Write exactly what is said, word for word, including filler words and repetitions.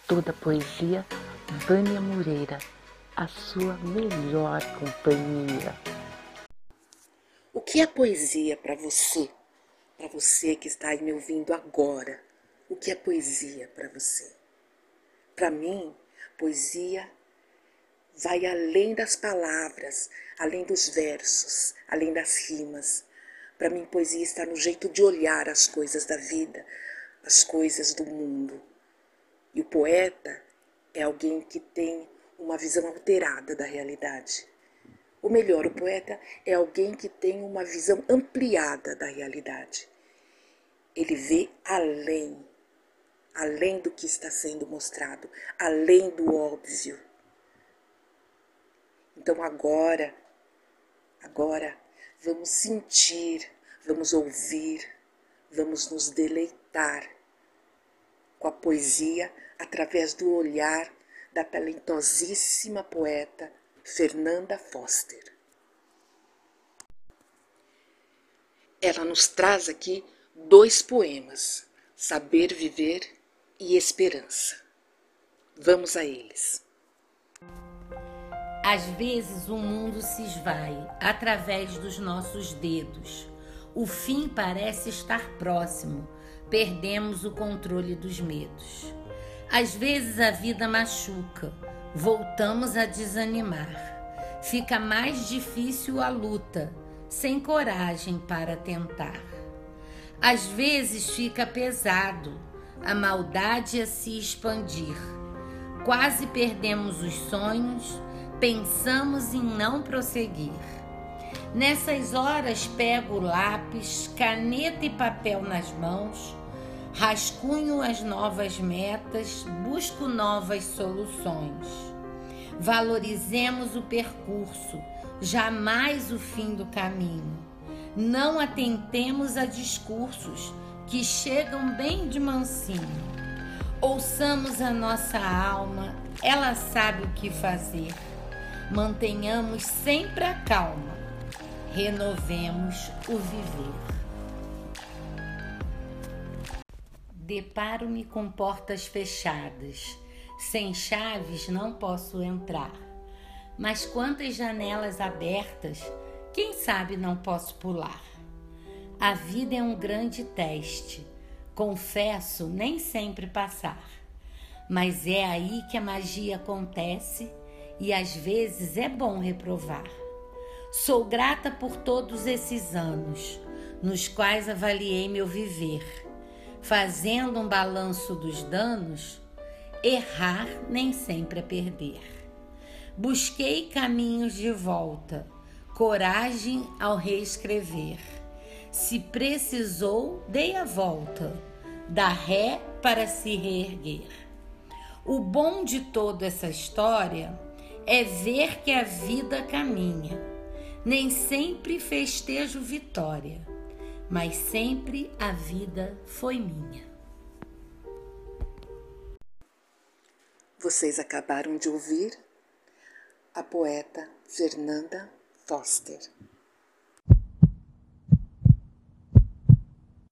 toda a poesia, Vânia Moreira, a sua melhor companhia. O que é poesia para você? Para você que está aí me ouvindo agora, o que é poesia para você? Para mim, poesia vai além das palavras, além dos versos, além das rimas. Para mim, poesia está no jeito de olhar as coisas da vida, as coisas do mundo. E o poeta é alguém que tem uma visão alterada da realidade. Ou melhor, o poeta é alguém que tem uma visão ampliada da realidade. Ele vê além, além do que está sendo mostrado, além do óbvio. Então agora, agora vamos sentir, vamos ouvir, vamos nos deleitar com a poesia através do olhar da talentosíssima poeta Fernanda Foster. Ela nos traz aqui dois poemas, Saber Viver e Esperança. Vamos a eles. Às vezes o mundo se esvai através dos nossos dedos. O fim parece estar próximo, perdemos o controle dos medos. Às vezes a vida machuca, voltamos a desanimar. Fica mais difícil a luta, sem coragem para tentar. Às vezes fica pesado, a maldade a se expandir. Quase perdemos os sonhos, pensamos em não prosseguir. Nessas horas pego lápis, caneta e papel nas mãos, rascunho as novas metas, busco novas soluções. Valorizemos o percurso, jamais o fim do caminho. Não atentemos a discursos que chegam bem de mansinho. Ouçamos a nossa alma, ela sabe o que fazer. Mantenhamos sempre a calma, renovemos o viver. Deparo-me com portas fechadas, sem chaves não posso entrar. Mas quantas janelas abertas, quem sabe não posso pular. A vida é um grande teste, confesso nem sempre passar. Mas é aí que a magia acontece e às vezes é bom reprovar. Sou grata por todos esses anos, nos quais avaliei meu viver. Fazendo um balanço dos danos, errar nem sempre é perder. Busquei caminhos de volta, coragem ao reescrever. Se precisou, dei a volta, da ré para se reerguer. O bom de toda essa história é ver que a vida caminha. Nem sempre festejo vitória, mas sempre a vida foi minha. Vocês acabaram de ouvir a poeta Fernanda Foster.